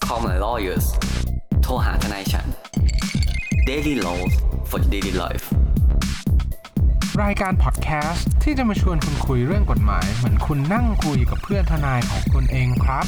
Call my lawyers โทรหาทนายฉัน Daily Laws for Daily Life รายการพอดแคสต์ที่จะมาชวนคุณคุยเรื่องกฎหมายเหมือนคุณนั่งคุยกับเพื่อนทนายของคุณเองครับ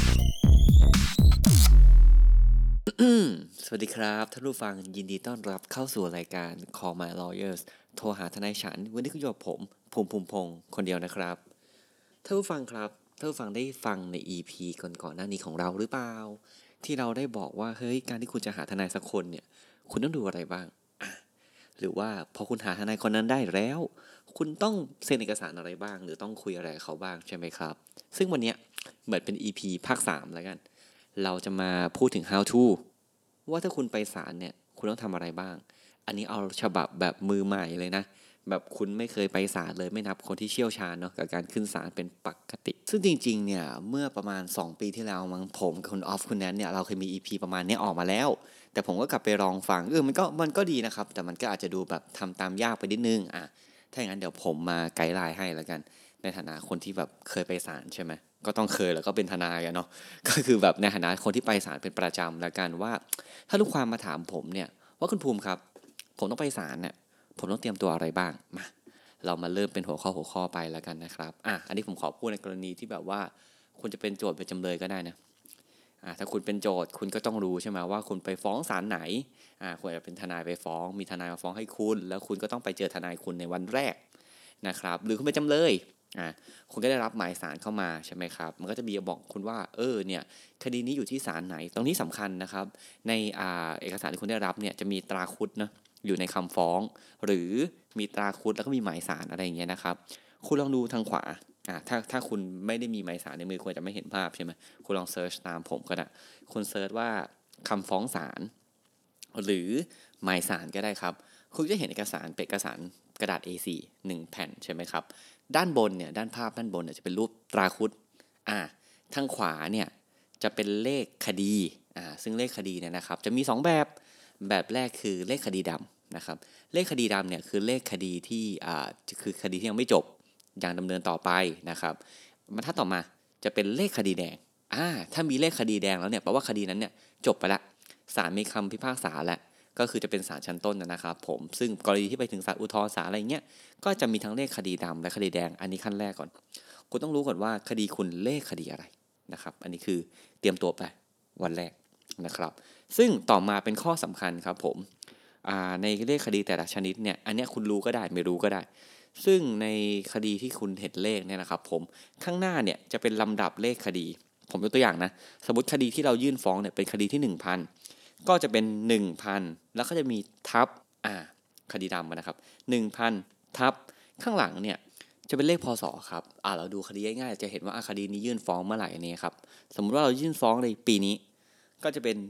สวัสดีครับท่านผู้ฟังยินดีต้อนรับเข้าสู่รายการ Call my lawyers โทรหาทนายฉันวันนี้คุณอยู่กับผมภูมิพงศ์คนเดียวนะครับท่านผู้ฟังครับท่านผู้ฟังได้ฟังใน EP ก่อนหน้านี้ของเราหรือเปล่าที่เราได้บอกว่าเฮ้ยการที่คุณจะหาทนายสักคนเนี่ยคุณต้องดูอะไรบ้างหรือว่าพอคุณหาทนายคนนั้นได้แล้วคุณต้องเซ็นเอกสารอะไรบ้างหรือต้องคุยอะไรกับเขาบ้างใช่ไหมครับซึ่งวันนี้เหมือนเป็น EP ภาค 3แล้วกันเราจะมาพูดถึง how to ว่าถ้าคุณไปศาลเนี่ยคุณต้องทำอะไรบ้างอันนี้เอาฉบับแบบมือใหม่เลยนะแบบคุณไม่เคยไปศาลเลยไม่นับคนที่เชี่ยวชาญเนาะกับการขึ้นศาลเป็นปกติซึ่งจริงๆเนี่ยเมื่อประมาณ2ปีที่แล้วมั้งผมกับคุณออฟคุณแนนเนี่ยเราเคยมี EP ประมาณนี้ออกมาแล้วแต่ผมก็กลับไปลองฟังมันก็ดีนะครับแต่มันก็อาจจะดูแบบทำตามยากไปนิดนึงถ้าอย่างนั้นเดี๋ยวผมมาไกด์ไลน์ให้แล้วกันในฐานะคนที่แบบเคยไปศาลใช่ไหมก็ต้องเคยแล้วก็เป็นทนายเนาะก็คือแบบในฐานะคนที่ไปศาลเป็นประจำแล้วกันว่าถ้าลูกความมาถามผมเนี่ยว่าคุณภูมิครับผมต้องไปศาลเนี่ยผมต้องเตรียมตัวอะไรบ้างมาเรามาเริ่มเป็นหัวข้อไปแล้วกันนะครับอันนี้ผมขอพูดในกรณีที่แบบว่าคุณจะเป็นโจทย์เป็นจำเลยก็ได้นะถ้าคุณเป็นโจทย์คุณก็ต้องรู้ใช่ไหมว่าคุณไปฟ้องศาลไหนคุณจะเป็นทนายไปฟ้องมีทนายมาฟ้องให้คุณแล้วคุณก็ต้องไปเจอทนายคุณในวันแรกนะครับหรือคุณเป็นจำเลยคุณก็ได้รับหมายศาลเข้ามาใช่ไหมครับมันก็จะมีบอกคุณว่าเนี่ยคดีนี้อยู่ที่ศาลไหนตรงนี้สำคัญนะครับในเอกสารที่คุณได้รับเนี่ยจะมีตราคุดนะอยู่ในคำฟ้องหรือมีตราคุดแล้วก็มีหมายศาลอะไรอย่างเงี้ยนะครับคุณลองดูทางขวาถ้าคุณไม่ได้มีหมายศาลในมือคุณจะไม่เห็นภาพใช่ไหมคุณลองเซิร์ชตามผมก็ได้คุณเซิร์ชว่าคำฟ้องศาลหรือหมายศาลก็ได้ครับคุณจะเห็นเอกสารเป็นเอกสารกระดาษ A4 1แผ่นใช่ไหมครับด้านบนเนี่ยด้านภาพด้านบนเนี่ยจะเป็นรูปตราคุดทางขวาเนี่ยจะเป็นเลขคดีซึ่งเลขคดีเนี่ยนะครับจะมี2แบบแรกคือเลขคดีดำนะครับเลขคดีดำเนี่ยคือเลขคดีที่คือคดีที่ยังไม่จบยังดำเนินต่อไปนะครับถ้าต่อมาจะเป็นเลขคดีแดงถ้ามีเลขคดีแดงแล้วเนี่ยแปลว่าคดีนั้นเนี่ยจบไปละศาลมีคำพิพากษาแล้วก็คือจะเป็นศาลชั้นต้นนะครับผมซึ่งกรณีที่ไปถึงศาลอุทธรณ์ศาลอะไรเงี้ยก็จะมีทั้งเลขคดีดำและคดีแดงอันนี้ขั้นแรกก่อนคุณต้องรู้ก่อนว่าคดีคุณเลขคดีอะไรนะครับอันนี้คือเตรียมตัวไปวันแรกนะครับซึ่งต่อมาเป็นข้อสำคัญครับผมในเลขคดีแต่ละชนิดเนี่ยอันนี้คุณรู้ก็ได้ไม่รู้ก็ได้ซึ่งในคดีที่คุณเห็นเลขเนี่ยนะครับผมข้างหน้าเนี่ยจะเป็นลำดับเลขคดีผมยกตัวอย่างนะสมมติคดีที่เรายื่นฟ้องเนี่ยเป็นคดีที่ 1,000 ก็จะเป็น 1,000 แล้วก็จะมีทับคดีดำนะครับ 1,000 ทับข้างหลังเนี่ยจะเป็นเลขพศครับเราดูคดีง่ายๆจะเห็นว่าคดีนี้ยื่นฟ้องเมื่อไหร่อันนี้ครับสมมุติว่าเรายื่นฟ้องในปีนี้ก็จะเป็น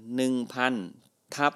1,000 ทับ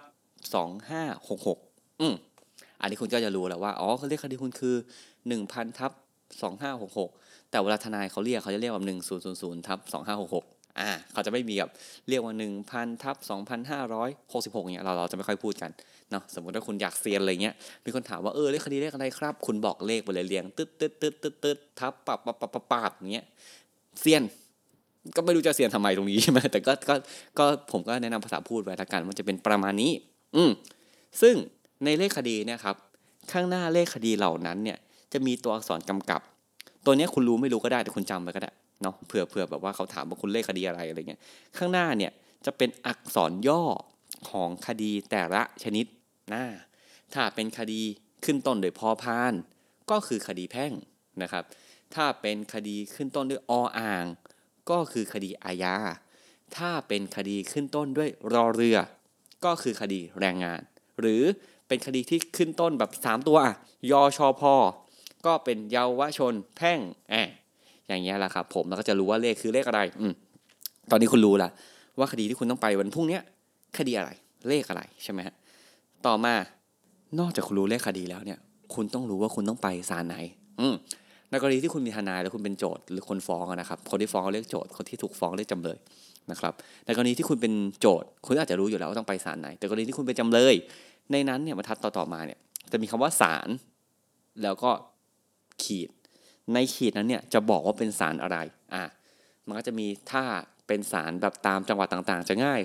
2566อันนี้คุณก็จะรู้แล้วว่าเขาเรียกคดีคุณคือ 1,000 ทับ 2566แต่เวลาทนายเขาเรียกเขาจะเรียกว่า 1000 ทับ 2566เขาจะไม่มีแบบเรียกว่า 1,000 ทับ 2,566อย่างเงี้ยเราจะไม่ค่อยพูดกันเนาะสมมุติว่าคุณอยากเซียนอะไรเงี้ยมีคนถามว่าเลขคดีเลขอะไรครับคุณบอกเลขไปเลยเรียงตึ๊ดทับปับอย่างเงี้ยเซียนก็ไม่รู้จะเซียนทำไมตรงนี้ใช่ไหมแต่ก็ผมก็แนะนำภาษาพูดไว้ละกันมันจะเป็นประมาณนี้ซึ่งในเลขคดีเนี่ยครับข้างหน้าเลขคดีเหล่านั้นเนี่ยจะมีตัวอักษรกำกับตัวนี้คุณรู้ไม่รู้ก็ได้แต่คุณจำไว้ก็ได้เนาะเผื่อแบบว่าเขาถามว่าคุณเลขคดีอะไรเงี้ยข้างหน้าเนี่ยจะเป็นอักษรย่อของคดีแต่ละชนิดถ้าเป็นคดีขึ้นต้นด้วยพอพานก็คือคดีแพ่งนะครับถ้าเป็นคดีขึ้นต้นด้วยออ่างก็คือคดีอาญาถ้าเป็นคดีขึ้นต้นด้วยรอเรือก็คือคดีแรงงานหรือเป็นคดีที่ขึ้นต้นแบบ3ตัวยชพก็เป็นเยาวชนแพ่งอย่างเงี้ยแหละครับผมแล้วก็จะรู้ว่าเลขคือเลขอะไรตอนนี้คุณรู้ละว่าคดีที่คุณต้องไปวันพรุ่งนี้คดีอะไรเลขอะไรใช่ไหมฮะต่อมานอกจากคุณรู้เลขคดีแล้วเนี่ยคุณต้องรู้ว่าคุณต้องไปศาลไหนในกรณีที่คุณมีทนายแล้วคุณเป็นโจทก์หรือคนฟ้องนะครับคนที่ฟ้องเขาเรียกโจทก์คนที่ถูกฟ้องเรียกจำเลยนะครับในกรณีที่คุณเป็นโจทก์คุณอาจจะรู้อยู่แล้วว่าต้องไปศาลไหนแต่กรณีที่คุณเป็นจำเลยในนั้นเนี่ยบรรทัดต่อมาเนี่ยจะมีคำว่าศาลแล้วก็ขีดในขีดนั้นเนี่ยจะบอกว่าเป็นศาลอะไรมันก็จะมีถ้าเป็นศาลแบบตามจังหวัดต่างๆจะง่ายครับ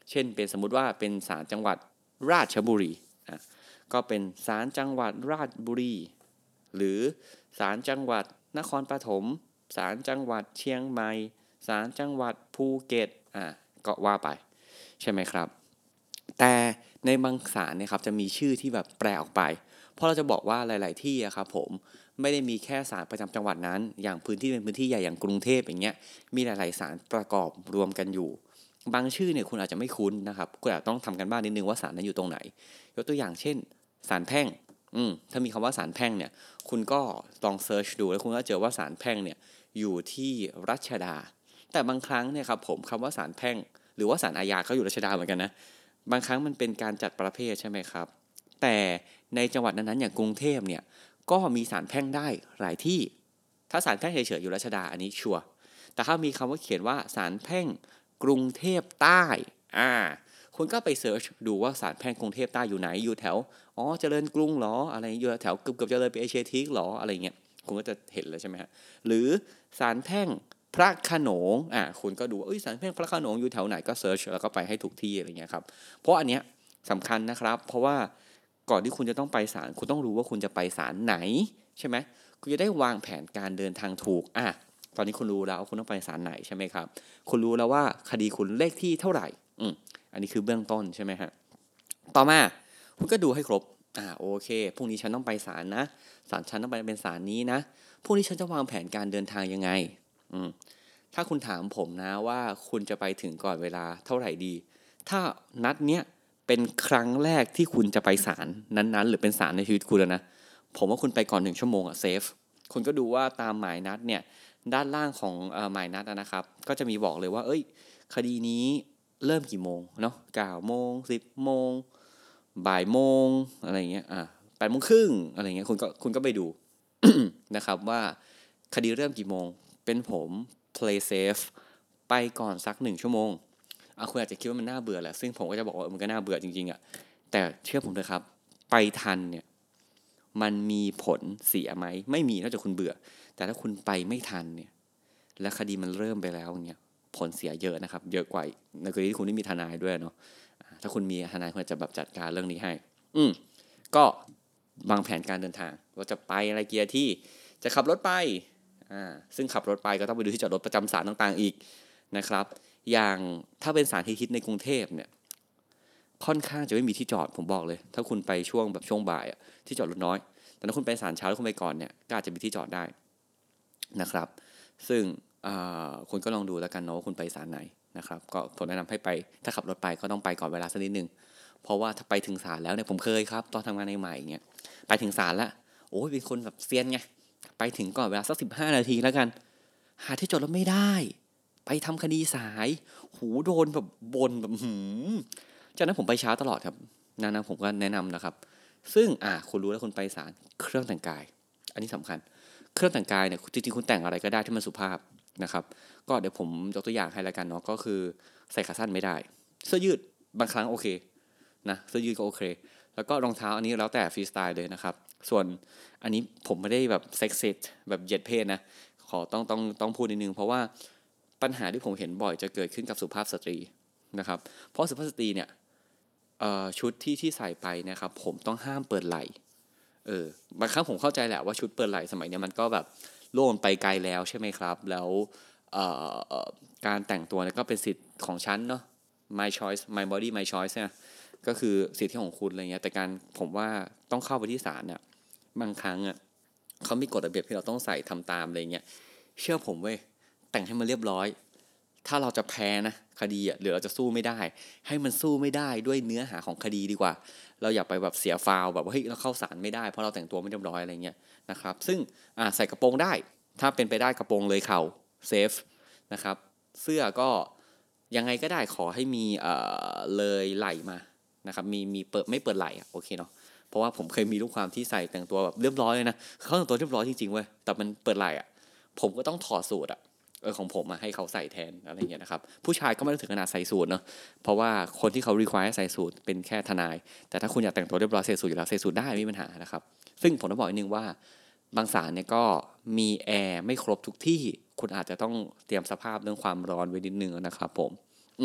เช่นเป็นสมมุติว่าเป็นศาลจังหวัดราชบุรีก็เป็นศาลจังหวัดราชบุรีหรือศาลจังหวัดนครปฐมศาลจังหวัดเชียงใหม่ศาลจังหวัดภูเก็ตก็ว่าไปใช่ไหมครับแต่ในบางศาลเนี่ยครับจะมีชื่อที่แบบแปลออกไปเพราะเราจะบอกว่าหลายๆที่ครับผมไม่ได้มีแค่ศาลประจำจังหวัดนั้นอย่างพื้นที่เป็นพื้นที่ใหญ่อย่างกรุงเทพอย่างเงี้ยมีหลายๆศาลประกอบรวมกันอยู่บางชื่อเนี่ยคุณอาจจะไม่คุ้นนะครับคุณอาจต้องทำกันบ้านนิดนึงว่าศาลนั้นอยู่ตรงไหนยกตัวอย่างเช่นศาลแพ่งถ้ามีคำว่าศาลแพ่งเนี่ยคุณก็ลองเซิร์ชดูแล้วคุณก็เจอว่าศาลแพ่งเนี่ยอยู่ที่รัชดาแต่บางครั้งเนี่ยครับผมคำว่าศาลแพ่งหรือว่าศาลอาญาก็อยู่รัชดาเหมือนกันนะบางครั้งมันเป็นการจัดประเภทใช่ไหมครับแต่ในจังหวัดนั้นๆอย่างกรุงเทพเนี่ยก็มีศาลแพ่งได้หลายที่ถ้าศาลแพ่งเฉยๆอยู่รัชดาอันนี้ชัวร์แต่ถ้ามีคำว่าเขียนว่าศาลแพ่งกรุงเทพใต้คุณก็ไปเสิร์ชดูว่าศาลแพ่งกรุงเทพใต้อยู่ไหนอยู่แถวเจริญกรุงหรออะไรอยู่แถวเกือบเจริญไปเอเชียทีคหรออะไรเงี้ยคุณก็จะเห็นเลยใช่ไหมฮะหรือศาลแพ่งพระโขนงคุณก็ดูศาลแพ่งพระโขนงอยู่แถวไหนก็เสิร์ชแล้วก็ไปให้ถูกที่อะไรเงี้ยครับเพราะอันเนี้ยสำคัญนะครับเพราะว่าก่อนที่คุณจะต้องไปศาลคุณต้องรู้ว่าคุณจะไปศาลไหนใช่ไหมคุณจะได้วางแผนการเดินทางถูกตอนนี้คุณรู้แล้วคุณต้องไปศาลไหนใช่ไหมครับคุณรู้แล้วว่าคดีคุณเลขที่เท่าไหร่อันนี้คือเบื้องต้นใช่ไหมฮะต่อมาคุณก็ดูให้ครบโอเคพรุ่งนี้ฉันต้องไปศาลนะศาลฉันต้องไปเป็นศาลนี้นะพรุ่งนี้ฉันจะวางแผนการเดินทางยังไงถ้าคุณถามผมนะว่าคุณจะไปถึงก่อนเวลาเท่าไหร่ดีถ้านัดเนี้ยเป็นครั้งแรกที่คุณจะไปศาลนั้นๆหรือเป็นศาลในชีวิตคุณแล้วนะผมว่าคุณไปก่อน1 ชั่วโมงเซฟคุณก็ดูว่าตามหมายนัดเนี่ยด้านล่างของหมายนัดนะครับก็จะมีบอกเลยว่าคดีนี้เริ่มกี่โมงเนาะ9 โมง 10 โมงบ่ายโมงอะไรเงี้ย8 โมงครึ่งอะไรเงี้ยคุณก็ไปดู นะครับว่าคดีเริ่มกี่โมงเป็นผม play safe ไปก่อนสัก1 ชั่วโมงคุณอาจจะคิดว่ามันน่าเบื่อแหละซึ่งผมก็จะบอกว่ามันก็น่าเบื่อจริงๆแต่เชื่อผมเถอะครับไปทันเนี่ยมันมีผลเสียไหมไม่มีนอกจากคุณเบื่อแต่ถ้าคุณไปไม่ทันเนี่ยและคดีมันเริ่มไปแล้วอย่างเงี้ยผลเสียเยอะนะครับเยอะกว่าในกรณีที่คุณไม่มีทนายด้วยเนาะถ้าคุณมีทนายคุณจะแบบจัดการเรื่องนี้ให้ก็วางแผนการเดินทางว่าจะไปอะไรเกียร์ที่จะขับรถไปซึ่งขับรถไปก็ต้องไปดูที่จอดรถประจำศาลต่างๆอีกนะครับอย่างถ้าเป็นศาลฮิตในกรุงเทพเนี่ยค่อนข้างจะไม่มีที่จอดผมบอกเลยถ้าคุณไปช่วงบ่ายที่จอดรถน้อยแต่ถ้าคุณไปศาลเช้าแล้วคุณไปก่อนเนี่ยก็อาจจะมีที่จอดได้นะครับซึ่งคุณก็ลองดูแล้วกันเนาะว่าคุณไปศาลไหนนะครับก็ผมแนะนำให้ไปถ้าขับรถไปก็ต้องไปก่อนเวลาสักนิดนึงเพราะว่าถ้าไปถึงศาลแล้วเนี่ยผมเคยครับตอนทำงานใหม่ๆเงี้ยไปถึงศาลแล้วเป็นคนแบบเซียนไงไปถึงก่อนเวลาสัก15 นาทีแล้วกันหาที่จอดรถไม่ได้ไปทำคดีสายโดนแบบบ่นแบบจากนั้นผมไปช้าตลอดครับนะผมก็แนะนำนะครับซึ่งคุณรู้แล้วคุณไปศาลเครื่องแต่งกายอันนี้สำคัญเครื่องแต่งกายเนี่ยจริงๆคุณแต่งอะไรก็ได้ที่มันสุภาพนะครับก็เดี๋ยวผมยกตัวอย่างให้แล้วกันเนาะก็คือใส่ขาสั้นไม่ได้เสื้อยืดบางครั้งโอเคนะเสื้อยืดก็โอเคแล้วก็รองเท้าอันนี้แล้วแต่ฟรีสไตล์เลยนะครับส่วนอันนี้ผมไม่ได้แบบเซ็กซิสแบบเหยียดเพศนะขอต้องพูดนิดนึงเพราะว่าปัญหาที่ผมเห็นบ่อยจะเกิดขึ้นกับสุภาพสตรีนะครับเพราะสุภาพสตรีเนี่ยชุดที่ใส่ไปนะครับผมต้องห้ามเปิดไหล่บางครั้งผมเข้าใจแหละว่าชุดเปิดไหล่สมัยนี้มันก็แบบโลกไปไกลแล้วใช่ไหมครับแล้วการแต่งตัวเนี่ยก็เป็นสิทธิ์ของฉันเนาะ my choice my body my choice เนี่ยก็คือสิทธิของคุณอะไรเงี้ยแต่การผมว่าต้องเข้าไปที่ศาลเนี่ยบางครั้งเขามีกฎระเบียบที่เราต้องใส่ทำตามอะไรเงี้ยเชื่อผมเว้ยแต่งให้มันเรียบร้อยถ้าเราจะแพ้นะคดีหรือเราจะสู้ไม่ได้ให้มันสู้ไม่ได้ด้วยเนื้อหาของคดีดีกว่าเราอย่าไปแบบเสียฟาวแบบว่าเราเข้าศาลไม่ได้เพราะเราแต่งตัวไม่เรียบร้อยอะไรเงี้ยนะครับซึ่งใส่กระโปรงได้ถ้าเป็นไปได้กระโปรงเลยเข่าเซฟนะครับเสื้อก็ยังไงก็ได้ขอให้มีเลยไหล่มานะครับมีเปิดไม่เปิดไหล่โอเคเนาะเพราะว่าผมเคยมีลูกความที่ใส่แต่งตัวแบบเรียบร้อยเลยนะเขาแต่งตัวเรียบร้อยจริงๆเว้ยแต่มันเปิดไหล่ผมก็ต้องถอดสูทของผมให้เขาใส่แทนอะไรเงี้ยนะครับผู้ชายก็ไม่ต้องถึงขนาดใส่สูทเนาะเพราะว่าคนที่เขา require ใส่สูทเป็นแค่ทนายแต่ถ้าคุณอยากแต่งตัวเรียบร้อยใส่สูทอยู่แล้วใส่สูทได้ไม่มีปัญหานะครับซึ่งผมต้องบอกอีกนึงว่าบางศาลเนี่ยก็มีแอร์ไม่ครบทุกที่คุณอาจจะต้องเตรียมสภาพเรื่องความร้อนไว้นิดนึงนะครับผม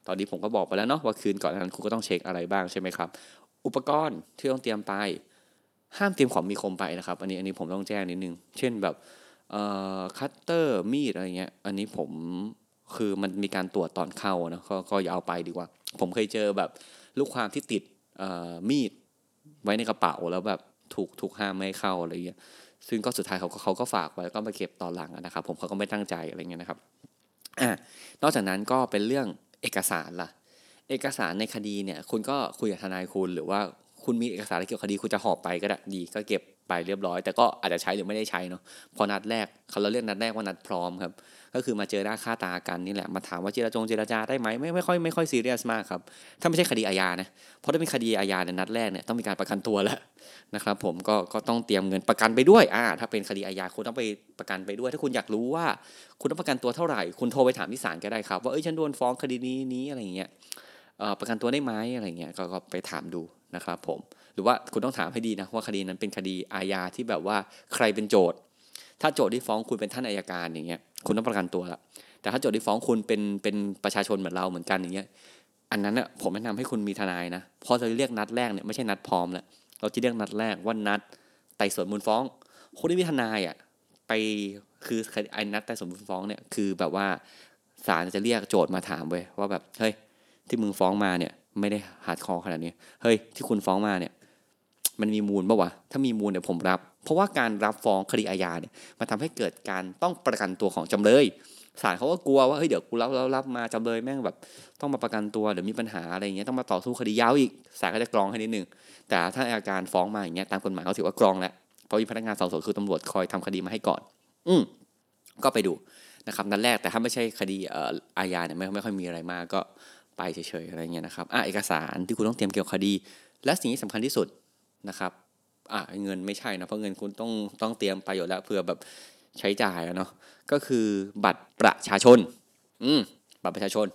ตอนนี้ผมก็บอกไปแล้วเนาะว่าคืนก่อนนั้นคุณก็ต้องเช็คอะไรบ้างใช่ไหมครับอุปกรณ์ที่ต้องเตรียมไปห้ามเตรียมของมีคมไปนะครับอันนี้ผมต้องแจ้งนิดนึงเช่นแบบคัตเตอร์มีดอะไรเงี้ยอันนี้ผมคือมันมีการตรวจตอนเข้านะก็อย่าเอาไปดีกว่าผมเคยเจอแบบลูกความที่ติดมีดไว้ในกระเป๋าแล้วแบบถูกห้ามไม่ให้เข้าอะไรเงี้ยซึ่งก็สุดท้ายเขาก็ฝากไว้ก็มาเก็บตอนหลังนะครับผมเขาก็ไม่ตั้งใจอะไรเงี้ยนะครับนอกจากนั้นก็เป็นเรื่องเอกสารล่ะเอกสารในคดีเนี่ยคุณก็คุยกับทนายคุณหรือว่าคุณมีเอกสารอะไรเกี่ยวกับคดีคุณจะหอบไปก็ได้ดีก็เก็บไปเรียบร้อยแต่ก็อาจจะใช้หรือไม่ได้ใช้เนาะพอนัดแรกเราเรียกนัดแรกว่านัดพร้อมครับก็คือมาเจอหน้าค่าตากันนี่แหละมาถามว่าเจรจาได้ไหมไม่ค่อยซีเรียสมากครับถ้าไม่ใช่คดีอาญานะเพราะถ้าเป็นคดีอาญาเนี่ยนัดแรกเนี่ยต้องมีการประกันตัวแล้วนะครับผมก็ต้องเตรียมเงินประกันไปด้วยถ้าเป็นคดีอาญาคุณต้องไปประกันไปด้วยถ้าคุณอยากรู้ว่าคุณต้องประกันตัวเท่าไหร่คุณโทรไปถามที่ศาลก็ได้ครับว่าฉันโดนฟ้องคดีนี้อะไรอย่างเงี้ยประกันตัวได้ไหมอะไรเงี้ยก็ไปถามดูนะครับผมหรือว่าคุณต้องถามให้ดีนะว่าคดีนั้นเป็นคดีอาญาที่แบบว่าใครเป็นโจทย์ถ้าโจทย์ที่ฟ้องคุณเป็นท่านอัยการอย่างเงี้ยคุณต้องประกันตัวละแต่ถ้าโจทย์ที่ฟ้องคุณเป็นประชาชนเหมือนเราเหมือนกันอย่างเงี้ยอันนั้นน่ะผมแนะนำให้คุณมีทนายนะพอจะเรียกนัดแรกเนี่ยไม่ใช่นัดพร้อมแล้วเราจะเรียกนัดแรกว่านัดไต่สวนมูลฟ้องคนที่มีทนายไปคือไอ้นัดไต่สวนมูลฟ้องเนี่ยคือแบบว่าศาลจะเรียกโจทย์มาถามเว้ยว่าแบบเฮ้ยที่มึงฟ้องมาเนี่ยไม่ได้ฮาร์ดคอร์ขนาดนี้เฮ้ยที่คุณฟ้องมาเนี่ยมันมีมูลป่ะวะถ้ามีมูลเนี่ยผมรับเพราะว่าการรับฟ้องคดีอาญาเนี่ยมันทำให้เกิดการต้องประกันตัวของจำเลยศาลเขาก็กลัวว่าเฮ้ยเดี๋ยวกูรับมาจำเลยแม่งแบบต้องมาประกันตัวเดี๋ยวมีปัญหาอะไรอย่างเงี้ยต้องมาต่อสู้คดียาวอีกศาลก็จะกรองให้นิดนึงแต่ถ้าอัยการฟ้องมาอย่างเงี้ยตามกฎหมายเขาถือว่ากรองแล้วเพราะมีพนักงานสอบสวนคือตำรวจคอยทำคดีมาให้ก่อนก็ไปดูนะครับนัดแรกแต่ถ้าไม่ใช่คดีอาญาเนี่ยไม่ค่อยมีอะไรมากก็ไปเฉยๆอะไรเงี้ยนะครับเอกสารที่คุณต้องเตรียมเกี่ยวกับคดีและสิ่งที่สำคัญที่สุดนะครับเงินไม่ใช่นะเพราะเงินคุณต้องเตรียมไปอยู่แล้วเพื่อแบบใช้จ่ายเนาะก็คือบัตรประชาชนบัตรประชาชน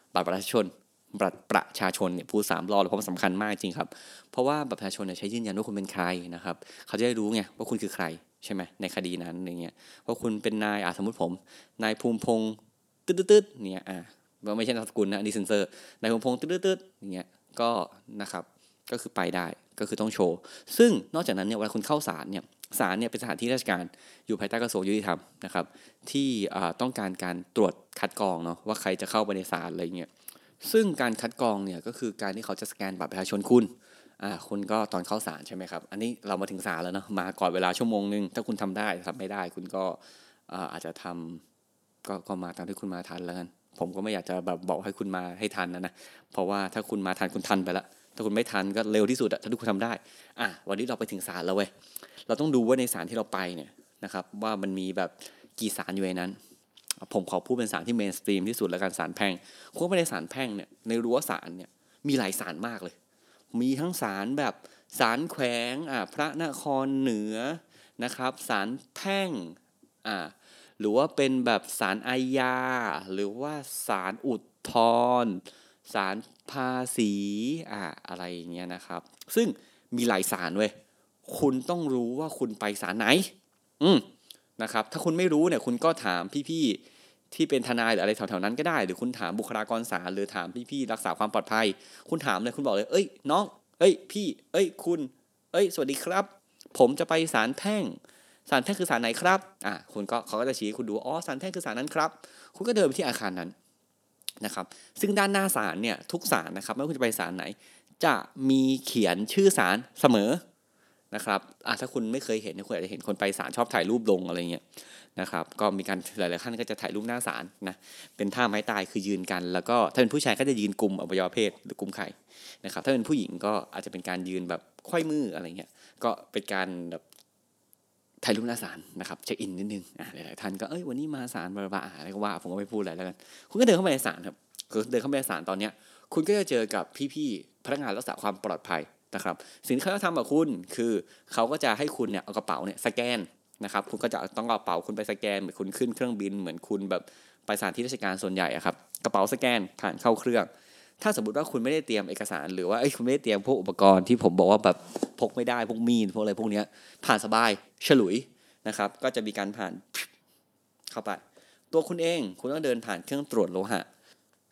เนี่ยพูด3 รอบเลยเพราะมันสำคัญมากจริงครับเพราะว่าบัตรประชาชนเนี่ยใช้ยืนยันว่าคุณเป็นใครนะครับเขาจะได้รู้ไงว่าคุณคือใครใช่ไหมในคดีนั้นอย่างเงี้ยว่าคุณเป็นนายสมมติผมนายภูมิพงษ์ตืดๆเนี่ยไม่ใช่นามสกุลนะอันนี้เซนเซอร์นายภูมิพงษ์ตืดๆอย่างเงี้ยก็นะครับก็คือไปได้ก็คือต้องโชว์ซึ่งนอกจากนั้นเนี่ยเวลาคุณเข้าศาลเนี่ยเป็นสถานที่ราชการอยู่ภายใต้กระทรวงยุติธรรมนะครับที่ต้องการตรวจคัดกรองเนาะว่าใครจะเข้าไปในศาลอะไรเงี้ยซึ่งการคัดกรองเนี่ยก็คือการที่เขาจะสแกนบัตรประชาชนคุณก็ตอนเข้าศาลใช่ไหมครับอันนี้เรามาถึงศาลแล้วเนาะมาก่อนเวลาชั่วโมงนึงถ้าคุณทำได้ทำไม่ได้คุณก็อาจจะทำก็มาตามที่คุณมาทันแล้วกันผมก็ไม่อยากจะแบบบอกให้คุณมาให้ทันนะเพราะว่าถ้าคุณมาทันคุณทันไปแล้วถ้าคุณไม่ทันก็เร็วที่สุดถ้าทุกคนทำได้วันนี้เราไปถึงศาลแล้วเว้ยเราต้องดูว่าในศาลที่เราไปเนี่ยนะครับว่ามันมีแบบกี่ศาลอยู่ในนั้นผมขอพูดเป็นศาลที่เมนสตรีมที่สุดแล้วกันศาลแพ่งคุณไปในศาลแพ่งเนี่ยในรั้วศาลเนี่ยมีหลายศาลมากเลยมีทั้งศาลแบบศาลแขวงพระนครเหนือนะครับศาลแพ่งหรือว่าเป็นแบบศาลอาญาหรือว่าศาลอุทธรณ์ศาลภาษีอะไรอย่างเงี้ยนะครับซึ่งมีหลายศาลเว้ยคุณต้องรู้ว่าคุณไปศาลไหนนะครับถ้าคุณไม่รู้เนี่ยคุณก็ถามพี่ๆที่เป็นทนายหรืออะไรแถวๆนั้นก็ได้หรือคุณถามบุคลากรศาลหรือถามพี่ๆรักษาความปลอดภัยคุณถามเลยคุณบอกเลยน้องพี่คุณสวัสดีครับผมจะไปศาลแพ่งคือศาลไหนครับเขาก็จะชี้คุณดูศาลแพ่งคือศาลนั้นครับคุณก็เดินไปที่อาคารนั้นนะครับซึ่งด้านหน้าศาลเนี่ยทุกศาลนะครับไม่ว่าคุณจะไปศาลไหนจะมีเขียนชื่อศาลเสมอนะครับถ้าคุณไม่เคยเห็นคุณอาจจะเห็นคนไปศาลชอบถ่ายรูปลงอะไรเงี้ยนะครับก็มีการหลายๆท่านก็จะถ่ายรูปหน้าศาลนะเป็นท่าไม้ตายคือยืนกันแล้วก็ถ้าเป็นผู้ชายก็จะยืนกุมอวัยวะเพศหรือกุมไข่นะครับถ้าเป็นผู้หญิงก็อาจจะเป็นการยืนแบบไขว้มืออะไรเงี้ยก็เป็นการแบบถ่ายรูปหน้าศาลนะครับเช็คอินนิดนึงหลายๆท่านก็วันนี้มาศาลบลาอะไรก็ว่าผมก็ไม่พูดอะไรแล้วกันคุณก็เดินเข้าไปในศาลครับคือเดินเข้าไปในศาลตอนเนี้ยคุณก็จะเจอกับพี่ๆพนักงานรักษาความปลอดภัยนะครับสิ่งที่เขาทำกับคุณคือเขาก็จะให้คุณเนี่ยเอากระเป๋าเนี่ยสแกนนะครับคุณก็จะต้องเอากระเป๋าคุณไปสแกนเหมือนคุณขึ้นเครื่องบินเหมือนคุณแบบไปสถานที่ราชการส่วนใหญ่ครับกระเป๋าสแกนผ่านเข้าเครื่องถ้าสมมติว่าคุณไม่ได้เตรียมเอกสารหรือว่าคุณไม่ได้เตรียมพวกอุปกรณ์ที่ผมบอกว่าแบบพกไม่ได้พวกมีดพวกอะไรพวกเนี้ยผ่านสบายฉลุยนะครับก็จะมีการผ่านเข้าไปตัวคุณเองคุณต้องเดินผ่านเครื่องตรวจโลหะ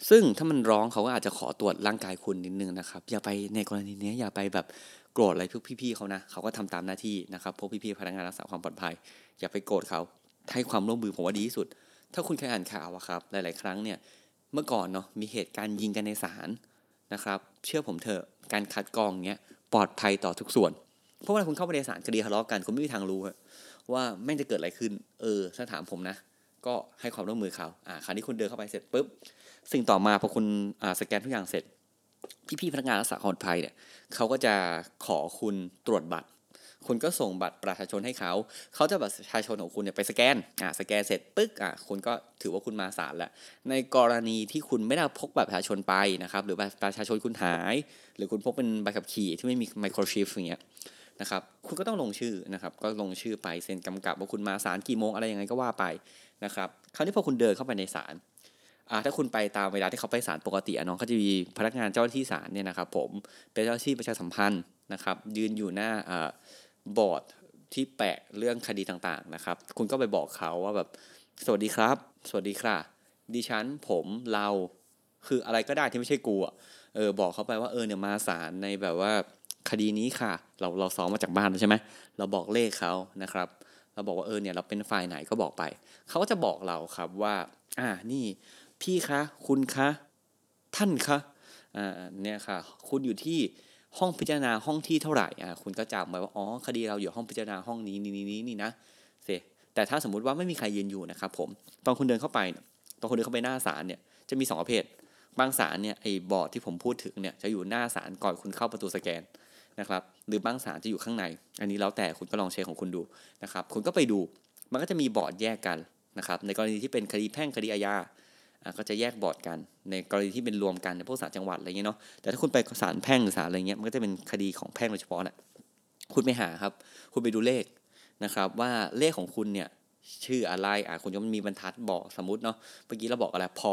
ซึ่งถ้ามันร้องเขาก็อาจจะขอตรวจร่างกายคุณนิดนึงนะครับอย่าไปในกรณีนี้อย่าไปแบบโกรธอะไรพวกพี่ๆเขานะเขาก็ทำตามหน้าที่นะครับพวกพี่ๆพนักงานรักษาความปลอดภัยอย่าไปโกรธเขาให้ความร่วมมือผมว่าดีที่สุดถ้าคุณเคยอ่านข่าวอะครับหลายๆครั้งเนี่ยเมื่อก่อนเนาะมีเหตุการณ์ยิงกันในศาลนะครับเชื่อผมเถอะการคัดกรองเนี้ยปลอดภัยต่อทุกส่วนเพราะว่าคุณเข้าไปในศาลคดีทะเลาะกันคุณไม่มีทางรู้ว่าแม่งจะเกิดอะไรขึ้นถ้าถามผมนะก็ให้ความร่วมมือเขาคราวนี้คุณเดินเข้าไปเสร็จปุ๊บสิ่งต่อมาพอคุณสแกนทุกอย่างเสร็จพี่ๆพนักงานรักษาความปลอดภัยเนี่ยเขาก็จะขอคุณตรวจบัตรคุณก็ส่งบัตรประชาชนให้เขาจะบัตรประชาชนของคุณเนี่ยไปสแกนสแกนเสร็จปึ๊กคุณก็ถือว่าคุณมาศาลแล้วในกรณีที่คุณไม่ได้พกบัตรประชาชนไปนะครับหรือบัตรประชาชนคุณหายหรือคุณพกเป็นใบขับขี่ที่ไม่มีไมโครชิปอย่างเงี้ยนะครับคุณก็ต้องลงชื่อนะครับก็ลงชื่อไปเซ็นกำกับว่าคุณมาศาลกี่โมงอะไรยังไงก็ว่าไปนะครับคราวนี้พอคุณเดินเข้าไปในศาลถ้าคุณไปตามเวลาที่เขาไปศาลปกติน้องก็จะมีพนักงานเจ้าหน้าที่ศาลเนี่ยนะครับผมเป็นเจ้าหน้าที่ประชาสัมพันธ์นะครับยืนอยู่หน้าบอร์ดที่แปะเรื่องคดีต่างๆนะครับคุณก็ไปบอกเขาว่าแบบสวัสดีครับสวัสดีค่ะดิฉันผมเราคืออะไรก็ได้ที่ไม่ใช่กูบอกเขาไปว่าเนี่ยมาศาลในแบบว่าคดีนี้ค่ะเราซ้อมมาจากบ้านใช่ไหมเราบอกเลขเขานะครับเราบอกว่าเนี่ยเราเป็นฝ่ายไหนก็บอกไปเขาก็จะบอกเราครับว่านี่พี่คะคุณคะท่านคะเนี่ยค่ะคุณอยู่ที่ห้องพิจารณาห้องที่เท่าไหร่คุณก็จำไว้ว่าคดีเราอยู่ห้องพิจารณาห้องนี้นี่นะเสร็จแต่ถ้าสมมุติว่าไม่มีใครยืนอยู่นะครับผมตอนคุณเดินเข้าไปหน้าศาลเนี่ยจะมี2ประเภทบางศาลเนี่ยไอ้บอร์ดที่ผมพูดถึงเนี่ยจะอยู่หน้าศาลก่อนคุณเข้าประตูสแกนนะครับหรือบางศาลจะอยู่ข้างในอันนี้แล้วแต่คุณก็ลองเช็คของคุณดูนะครับคุณก็ไปดูมันก็จะมีบอร์ดแยกกันนะครับในกรณีที่เป็นคดีแพ่งคดีอาญาก็จะแยกบอร์ดกันในกรณีที่เป็นรวมกันในพวกศาลจังหวัดอะไรเงี้ยเนาะแต่ถ้าคุณไปศาลแพ่งหรือศาลอะไรเงี้ยมันก็จะเป็นคดีของแพ่งโดยเฉพาะน่ะคุณไปหาครับคุณไปดูเลขนะครับว่าเลขของคุณเนี่ยชื่ออะไรคุณจะมีบรรทัดบอกสมมุติเนาะเมื่อกี้เราบอกอะไรพ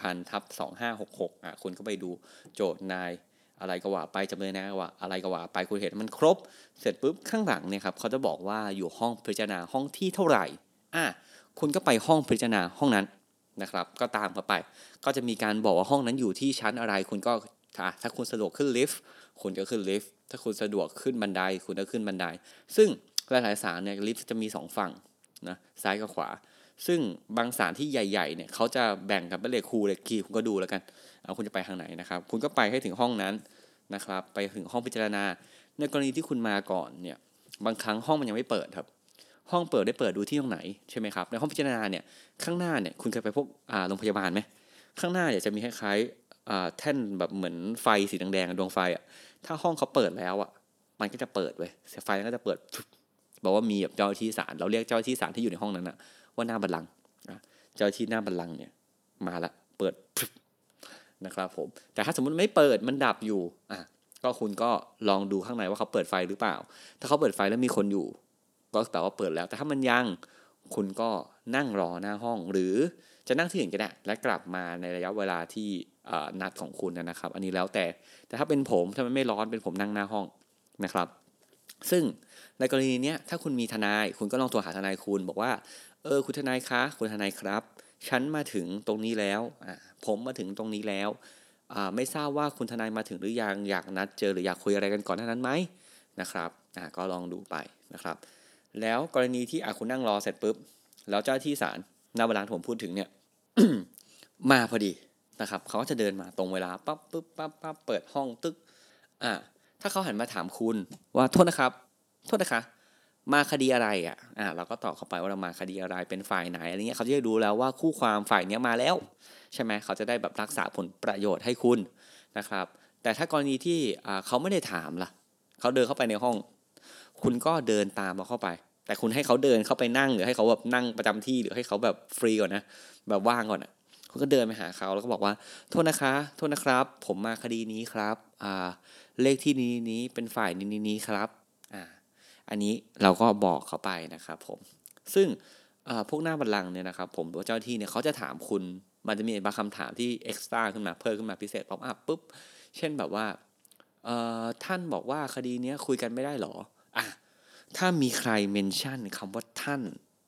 1000/2566คุณก็ไปดูโจทย์นายอะไรก็ว่าไปจำเลยนะว่าอะไรก็ว่าไปคุณเห็นมันครบเสร็จปุ๊บข้างหลังเนี่ยครับเขาจะบอกว่าอยู่ห้องพิจารณาห้องที่เท่าไหร่คุณก็ไปห้องพิจารณาห้องนั้นนะครับก็ตามเข้าไปก็จะมีการบอกว่าห้องนั้นอยู่ที่ชั้นอะไรคุณก็ถ้าคุณสะดวกขึ้นลิฟต์คุณก็ขึ้นลิฟต์ถ้าคุณสะดวกขึ้นบันไดคุณก็ขึ้นบันไดซึ่งหลายๆศาลเนี่ยลิฟต์จะมี2ฝั่งนะซ้ายกับขวาซึ่งบางศาลที่ใหญ่ๆเนี่ยเขาจะแบ่งกันเป็นเลขคูณเลขคีย์คุณก็ดูแล้วกันคุณจะไปทางไหนนะครับคุณก็ไปให้ถึงห้องนั้นนะครับไปถึงห้องพิจารณาในกรณีที่คุณมาก่อนเนี่ยบางครั้งห้องมันยังไม่เปิดครับห้องเปิดได้เปิดดูที่ตรงไหนใช่ไหมครับในห้องพิจารณาเนี่ยข้างหน้าเนี่ยคุณเคยไปพวกโรงพยาบาลไหมข้างหน้าเนี่ยจะมีคล้ายๆแท่นแบบเหมือนไฟสีแดงๆดวงไฟถ้าห้องเขาเปิดแล้วมันก็จะเปิดเว้ยไฟมันก็จะเปิดบอกว่ามีแบบเจ้าหน้าที่ศาลเราเรียกเจ้าหน้าที่ศาลที่อยู่ในห้องนั้นว่าหน้าบัลลังก์เจ้าหน้าที่หน้าบัลลังก์เนี่ยมาละเปิดนะครับผมแต่ถ้าสมมติไม่เปิดมันดับอยู่ก็คุณก็ลองดูข้างในว่าเขาเปิดไฟหรือเปล่าถ้าเขาเปิดไฟแล้วมีคนอยู่ก็แปลว่าเปิดแล้วแต่ถ้ามันยังคุณก็นั่งรอหน้าห้องหรือจะนั่งที่อื่นก็ได้และกลับมาในระยะเวลาที่นัดของคุณนะครับอันนี้แล้วแต่ถ้าเป็นผมถ้ามันไม่ร้อนเป็นผมนั่งหน้าห้องนะครับซึ่งในกรณีนี้ถ้าคุณมีทนายคุณก็ลองโทรหาทนายคุณบอกว่าคุณทนายคะคุณทนายครับฉันมาถึงตรงนี้แล้วผมมาถึงตรงนี้แล้วไม่ทราบว่าคุณทนายมาถึงหรือยังอยากนัดเจอหรืออยากคุยอะไรกันก่อนหน้านั้นไหมนะครับก็ลองดูไปนะครับแล้วกรณีที่คุณนั่งรอเสร็จปุ๊บแล้วเจ้าที่ศาลหน้าบัลลังก์ผมพูดถึงเนี่ย มาพอดีนะครับเขาก็จะเดินมาตรงเวลาปั๊บปึ๊บปั๊บปั๊บเปิดห้องตึ๊กถ้าเขาหันมาถามคุณว่าโทษนะคะมาคดีอะไรเราก็ตอบเขาไปว่าเรามาคดีอะไรเป็นฝ่ายไหนอะไรเงี้ยเขาจะได้รู้แล้วว่าคู่ความฝ่ายนี้มาแล้วใช่ไหมเขาจะได้แบบรักษาผลประโยชน์ให้คุณนะครับแต่ถ้ากรณีที่เขาไม่ได้ถามล่ะเขาเดินเข้าไปในห้องคุณก็เดินตามเขาเข้าไปแต่คุณให้เขาเดินเข้าไปนั่งหรือให้เขาแบบนั่งประจำที่หรือให้เขาแบบฟรีก่อนนะแบบว่างก่อนคุณก็เดินไปหาเขาแล้วก็บอกว่าโทษนะครับผมมาคดีนี้ครับเลขที่นี้เป็นฝ่ายนี้ครับอันนี้เราก็บอกเขาไปนะครับผมซึ่งพวกหน้าบัลลังก์เนี่ยนะครับผมตัวเจ้าที่เนี่ยเขาจะถามคุณมันจะมีบางคำถามที่เอ็กซ์ตร้าขึ้นมาเพิ่มขึ้นมาพิเศษป๊อปอัพปุ๊บเช่นแบบว่าท่านบอกว่าคดีนี้คุยกันไม่ได้หรอถ้ามีใครเมนชั่นคำว่าท่าน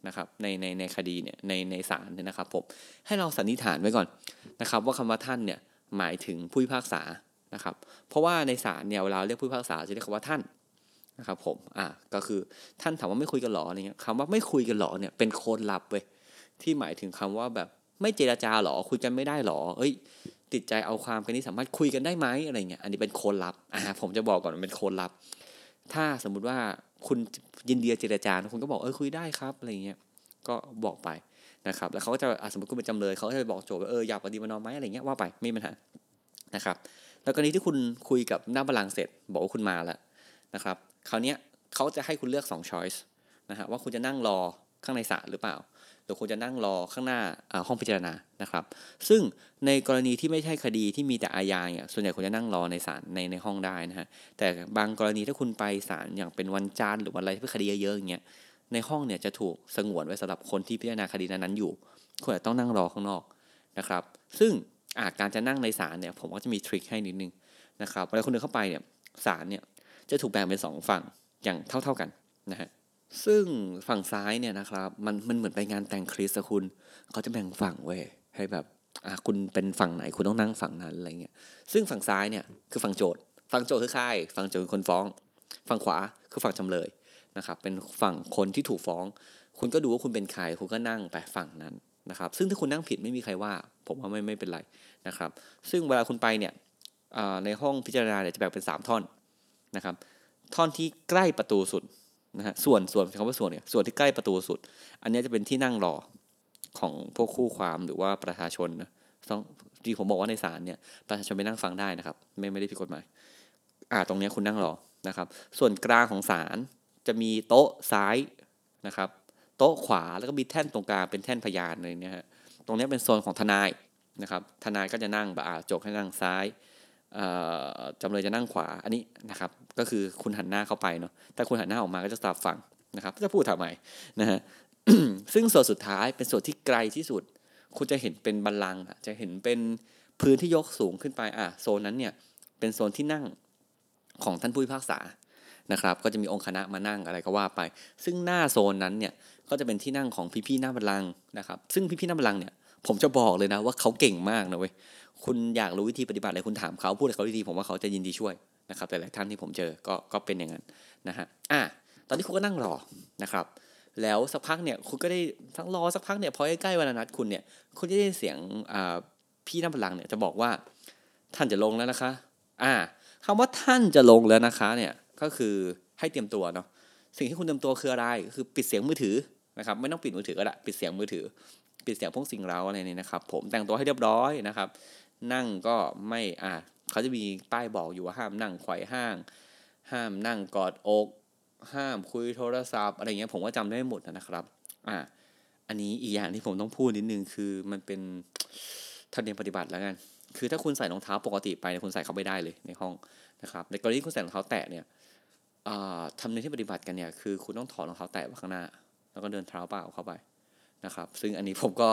นะครับในคดีเนี่ยในศาลเนี่ยนะครับผมให้เราสันนิษฐานไว้ก่อนนะครับว่าคำว่าท่านเนี่ยหมายถึงผู้พิพากษานะครับเพราะว่าในศาลเนี่ยเวลาเรียกผู้พิพากษาจะเรียกคำว่าท่านนะครับผมก็คือท่านถามว่าไม่คุยกันหรออะไรเงี้ยคำว่าไม่คุยกันหรอเนี่ยเป็นโค้ดลับเว้ยที่หมายถึงคำว่าแบบไม่เจรจาหรอคุยกันไม่ได้หรอติดใจเอาความกันนี้สามารถคุยกันได้ไหมอะไรเงี้ยอันนี้เป็นโค้ดลับผมจะบอกก่อนมันเป็นโค้ดลับถ้าสมมุติว่าคุณยินดีเจรจาคุณก็บอกคุยได้ครับอะไรเงี้ยก็บอกไปนะครับแล้วเขาก็จะสมมติคุณเป็นจำเลยเขาก็จะบอกโจทย์ว่าอยากปฏิบัตินอมไหมอะไรเงี้ยว่าไปไม่มีปัญหานะครับแล้วกรณีที่คุณคุยกับหน้าบัลลังก์เสร็จบอกว่าคุณมาแล้วนะครับคราวนี้เขาจะให้คุณเลือก2 choice นะฮะว่าคุณจะนั่งรอข้างในศาลหรือเปล่าหรือคุณจะนั่งรอข้างหน้าห้องพิจารณานะครับซึ่งในกรณีที่ไม่ใช่คดีที่มีแต่อาญาเนี่ยส่วนใหญ่คุณจะนั่งรอในศาลในห้องได้นะฮะแต่บางกรณีถ้าคุณไปศาลอย่างเป็นวันจันทร์หรือวันอะไรที่เป็นคดีเยอะๆอย่างเงี้ยในห้องเนี่ยจะถูกสงวนไว้สำหรับคนที่พิจารณาคดีนั้นๆอยู่คุณอาจต้องนั่งรอข้างนอกนะครับซึ่งการจะนั่งในศาลเนี่ยผมก็จะมีทริคให้นิดนึงนะครับเวลาคุณเดินเข้าไปเนี่ยศาลเนี่ยจะถูกแบ่งเป็น2ฝั่งอย่างเท่าๆกันนะฮะซึ่งฝั่งซ้ายเนี่ยนะครับมันเหมือนไปงานแต่งคริสต์คุณเขาจะแบ่งฝั่งไว้ให้แบบคุณเป็นฝั่งไหนคุณต้องนั่งฝั่งนั้นอะไรเงี้ยซึ่งฝั่งซ้ายเนี่ยคือฝั่งโจทย์คือใครฝั่งโจทย์คือคนฟ้องฝั่งขวาคือฝั่งจำเลยนะครับเป็นฝั่งคนที่ถูกฟ้องคุณก็ดูว่าคุณเป็นใครคุณก็นั่งไปฝั่งนั้นนะครับซึ่งถ้าคุณนั่งผิดไม่มีใครว่าผมว่าไม่เป็นไรนะครับซึ่งเวลาคุณไปเนี่ยในห้องพิจารณาเนี่ยจะแบ่งเป็น3ท่อนนะครับท่อนที่ใกล้ประตูสุดนะฮะส่วนคำว่าส่วนเนี่ยส่วนที่ใกล้ประตูสุดอันนี้จะเป็นที่นั่งรอของพวกคู่ความหรือว่าประชาชนนะที่ผมบอกว่าในศาลเนี่ยประชาชนไปนั่งฟังได้นะครับไม่ได้ผิดกฎหมายตรงนี้คุณนั่งรอนะครับส่วนกลางของศาลจะมีโต๊ะซ้ายนะครับโต๊ะขวาแล้วก็มีแท่นตรงกลางเป็นแท่นพยานอะไรเนี่ยฮะตรงนี้เป็นโซนของทนายนะครับทนายก็จะนั่งแบบโจทก์ให้นั่งซ้ายจำเลยจะนั่งขวาอันนี้นะครับก็คือคุณหันหน้าเข้าไปเนาะถ้าคุณหันหน้าออกมาก็จะสลับฝั่งนะครับจะพูดทำไมนะฮะ ซึ่งส่วนสุดท้ายเป็นส่วนที่ไกลที่สุดคุณจะเห็นเป็นบัลลังก์จะเห็นเป็นพื้นที่ยกสูงขึ้นไปโซนนั้นเนี่ยเป็นโซนที่นั่งของท่านผู้พิพากษานะครับก็จะมีองค์คณะมานั่งอะไรก็ว่าไปซึ่งหน้าโซนนั้นเนี่ยก็จะเป็นที่นั่งของพี่ๆหน้าบัลลังก์นะครับซึ่งพี่ๆหน้าบัลลังก์เนี่ยผมจะบอกเลยนะว่าเขาเก่งมากนะเว้ยคุณอยากรู้วิธีปฏิบัติอะไรคุณถามเขาพูดกับเขาดีๆผมว่าเขาจะยินดีช่วยนะครับแต่หลายท่านที่ผมเจอก็เป็นอย่างนั้นนะฮะตอนนี้คุณก็นั่งรอนะครับแล้วสักพักเนี่ยคุณก็ได้ทั้งรอสักพักเนี่ยพอใกล้ๆเวลานัดคุณเนี่ยคุณจะได้เสียงพี่หน้าบัลลังก์เนี่ยจะบอกว่าท่านจะลงแล้วนะคะคำว่าท่านจะลงแล้วนะคะเนี่ยก็คือให้เตรียมตัวเนาะสิ่งที่คุณเตรียมตัวคืออะไรก็คือปิดเสียงมือถือนะครับไม่ต้องปิดมือถือก็ได้ปิดเสียงมือถือปิดเสียงพวกสิ่งเร้าอะไรนี่นะครับผมแต่งตัวให้เรียบร้อยนะครับนั่งก็ไม่เขาจะมีป้ายบอกอยู่ว่าห้ามนั่งไขว่ห้างห้ามนั่งกอดอกห้ามคุยโทรศัพท์อะไรเงี้ยผมก็จำได้หมดนะครับอันนี้อีกอย่างที่ผมต้องพูดนิดนึงคือมันเป็นธรรมเนียมปฏิบัติแล้วกันคือถ้าคุณใส่รองเท้าปกติไปคุณใส่เข้าไม่ได้เลยในห้องนะครับในกรณีที่คุณใส่รองเท้าแตะเนี่ยธรรมเนียมที่ปฏิบัติกันเนี่ยคือคุณต้องถอดรองเท้าแตะไว้ข้างหน้าแล้วก็เดินเท้าเปล่าเข้าไปนะครับซึ่งอันนี้ผมก็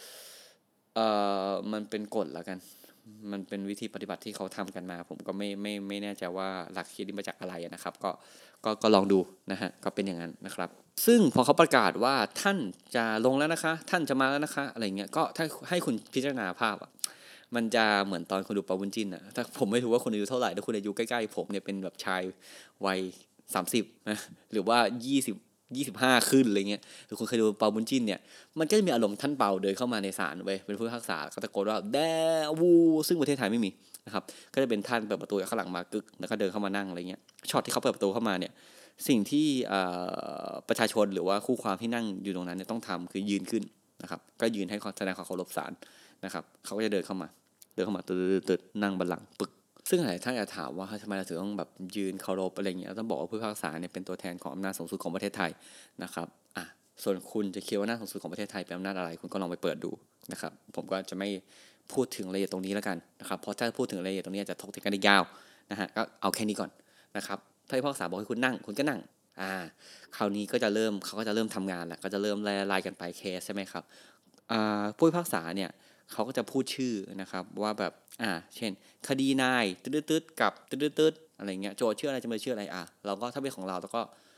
มันเป็นกฎแล้วกันมันเป็นวิธีปฏิบัติที่เขาทำกันมาผมก็ไม่แน่ใจว่าหลักคิดนี้มาจากอะไรนะครับก็ลองดูนะฮะก็เป็นอย่างนั้นนะครับซึ่งพอเขาประกาศว่าท่านจะลงแล้วนะคะท่านจะมาแล้วนะคะอะไรเงี้ยก็ถ้าให้คุณพิจารณาภาพมันจะเหมือนตอนคุณดูปาวุ้นจิ้นถ้าผมไม่รู้ว่าคุณอายุเท่าไหร่ถ้าคุณอายุใกล้ๆผมเนี่ยเป็นแบบชายวัย30นะหรือว่า25ขึ้นอะไรเงี้ยหรือคุณเคยดูเปาบุญจิ้นเนี่ยมันก็จะมีอารมณ์ท่านเปาเดินเข้ามาในศาลเว้ยเป็นผู้พิพากษาก็ตะโกนว่าแดวูซึ่งประเทศไทยไม่มีนะครับก็จะเป็นท่านเปิดประตูจากข้างหลังมากึกแล้วก็เดินเข้ามานั่งอะไรเงี้ยช็อตที่เขาเปิดประตูเข้ามาเนี่ยสิ่งที่ประชาชนหรือว่าคู่ความที่นั่งอยู่ตรงนั้นเนี่ยต้องทำคือยืนขึ้นนะครับก็ยืนให้แสดงความเคารพศาลนะครับเขาก็จะเดินเข้ามาตึ๊ดนั่งบัลลังก์ปึกซึ่งหลายท่านอาจถามว่าทำไมเราถึงต้องแบบยืนเคารพอะไรเงี้ยต้องบอกว่าผู้พิพากษาเนี่ยเป็นตัวแทนของอำนาจสูงสุดของประเทศไทยนะครับส่วนคุณจะคิดว่าอำนาจสูงสุดของประเทศไทยเป็นอำนาจอะไรคุณก็ลองไปเปิดดูนะครับผมก็จะไม่พูดถึงรายละเอียดตรงนี้แล้วกันนะครับเพราะถ้าพูดถึงรายละเอียดตรงนี้จะถกเถียงกันได้ยาวนะฮะก็เอาแค่นี้ก่อนนะครับผู้พิพากษาบอกให้คุณนั่งคุณก็นั่งคราวนี้ก็จะเริ่มเขาก็จะเริ่มทำงานแล้วก็จะเริ่มไล่กันไปเคสใช่ไหมครับผู้พิพากษาเนี่ยเขาก็จะพูดชื่อนะครับว่าแบบเช่นคดีนายตึ๊ดๆกับตึ๊ดๆอะไรเงี้ยโจทย์ชื่ออะไรจำเลยชื่ออะไรเราก็ถ้าเป็นของเราแล้วก็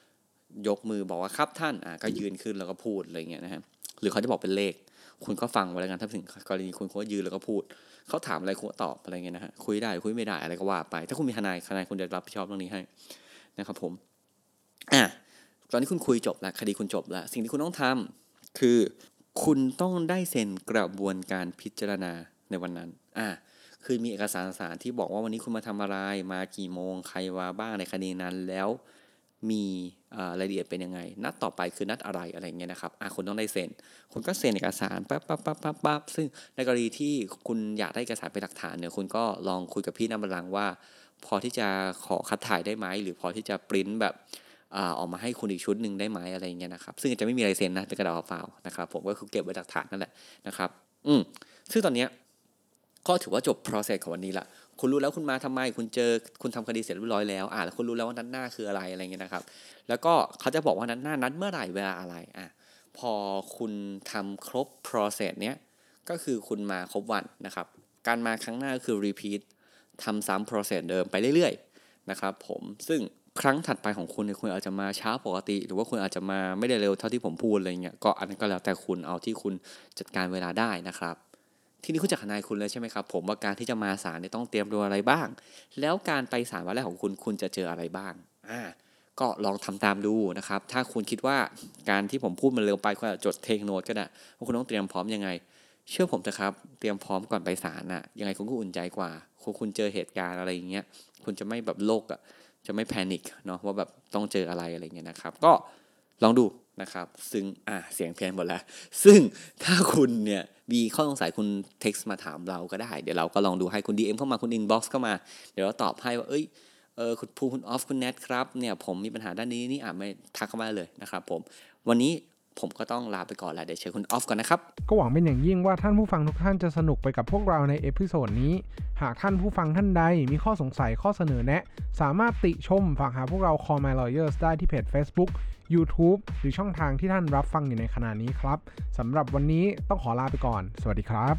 ยกมือบอกว่าครับท่านก็ยืนขึ้นแล้วก็พูดอะไรเงี้ยนะฮะหรือเขาจะบอกเป็นเลขคุณก็ฟังไว้แล้วกันถ้าถึงกรณีคุณก็ยืนแล้วก็พูดเขาถามอะไรคุณก็ตอบอะไรเงี้ยนะฮะคุยได้คุยไม่ได้อะไรก็ว่าไปถ้าคุณมีทนายคุณจะรับผิดชอบเรื่องนี้ให้นะครับผมตอนนี้คุณคุยจบแล้วคดีคุณจบแล้วสิ่งที่คุณต้องทำคือคุณต้องได้เซ็นกระบวนการพิจารณาในวันนั้นคือมีเอกสารที่บอกว่าวันนี้คุณมาทำอะไรมากี่โมงใครมาบ้างในคดีนั้นแล้วมีรายละเอียดเป็นยังไงนัดต่อไปคือนัดอะไรเงี้ยนะครับคุณต้องได้เซ็นคุณก็เซ็นเอกสารปั๊บซึ่งในกรณีที่คุณอยากได้เอกสารเป็นหลักฐานเนี่ยคุณก็ลองคุยกับพี่น้ำบัลลังก์ว่าพอที่จะขอคัดถ่ายได้ไหมหรือพอที่จะปริ้นแบบออกมาให้คุณอีกชุดนึงได้ไหมอะไรเงี้ยนะครับซึ่งจะไม่มีลายเซ็นนะเป็นกระดาษเปล่านะครับผมก็คือเก็บไว้หลักฐานนั่นแหละนะครับซึ่งตอนนี้ก็ถือว่าจบ process ของวันนี้ละคุณรู้แล้วคุณมาทำไมคุณทำคดีเสร็จเรียบร้อยแล้วแล้วคุณรู้แล้วว่านัดหน้าคืออะไรเงี้ยนะครับแล้วก็เขาจะบอกว่านัดหน้านัดเมื่อไหร่เวลาอะไรพอคุณทำครบ process เนี้ยก็คือคุณมาครบวันนะครับการมาครั้งหน้าก็คือ repeat ทำซ้ำ process เดิมไปเรื่อยๆนะครับผมซึ่งครั้งถัดไปของคุณเนี่ยคุณอาจจะมาช้าปกติหรือว่าคุณอาจจะมาไม่ได้เร็วเท่าที่ผมพูดอะไรเงี้ยก็อันนั้นก็แล้วแต่คุณเอาที่คุณจัดการเวลาได้นะครับทีนี้คุณจะทนายคุณเลยใช่ไหมครับผมว่าการที่จะมาศาลเนี่ยต้องเตรียมตัวอะไรบ้างแล้วการไปศาลวันแรกของคุณจะเจออะไรบ้างก็ลองทำตามดูนะครับถ้าคุณคิดว่าการที่ผมพูดมันเร็วไปคุณอาจจะจดเทคโนตก็ได้ว่าคุณต้องเตรียมพร้อมยังไงเชื่อผมเถอะครับเตรียมพร้อมก่อนไปศาลยังไงคุณก็อุ่นใจกว่าคุณเจอเหตุการณ์อะไรอย่างเงี้ยคุณจะไม่แบบโลกจะไม่แพนิคเนาะว่าแบบต้องเจออะไรเงี้ยนะครับก็ลองดูนะครับซึ่งเสียงเพี้ยนหมดแล้วซึ่งถ้าคุณเนี่ยมีข้อสงสัยคุณเท็กซ์มาถามเราก็ได้เดี๋ยวเราก็ลองดูให้คุณ DM เข้ามาคุณ inbox เข้ามาเดี๋ยวเราตอบให้ว่าคุณภูคุณออฟคุณแนทครับเนี่ยผมมีปัญหาด้านนี้นี่ไม่ทักเข้ามาเลยนะครับผมวันนี้ผมก็ต้องลาไปก่อนแล้วเดี๋ยวเชิญคุณออฟก่อนนะครับก็หวังเป็นอย่างยิ่งว่าท่านผู้ฟังทุกท่านจะสนุกไปกับพวกเราในเอพิโซดนี้หากท่านผู้ฟังท่านใดมีข้อสงสัยข้อเสนอแนะสามารถติชมฝากหาพวกเรา Call My Lawyers ได้ที่เพจ Facebook YouTube หรือช่องทางที่ท่านรับฟังอยู่ในขณะนี้ครับสำหรับวันนี้ต้องขอลาไปก่อนสวัสดีครับ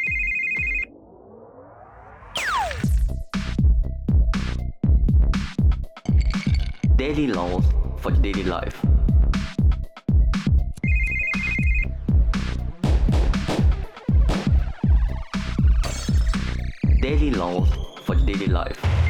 Daily laws for daily life. Daily laws for daily life.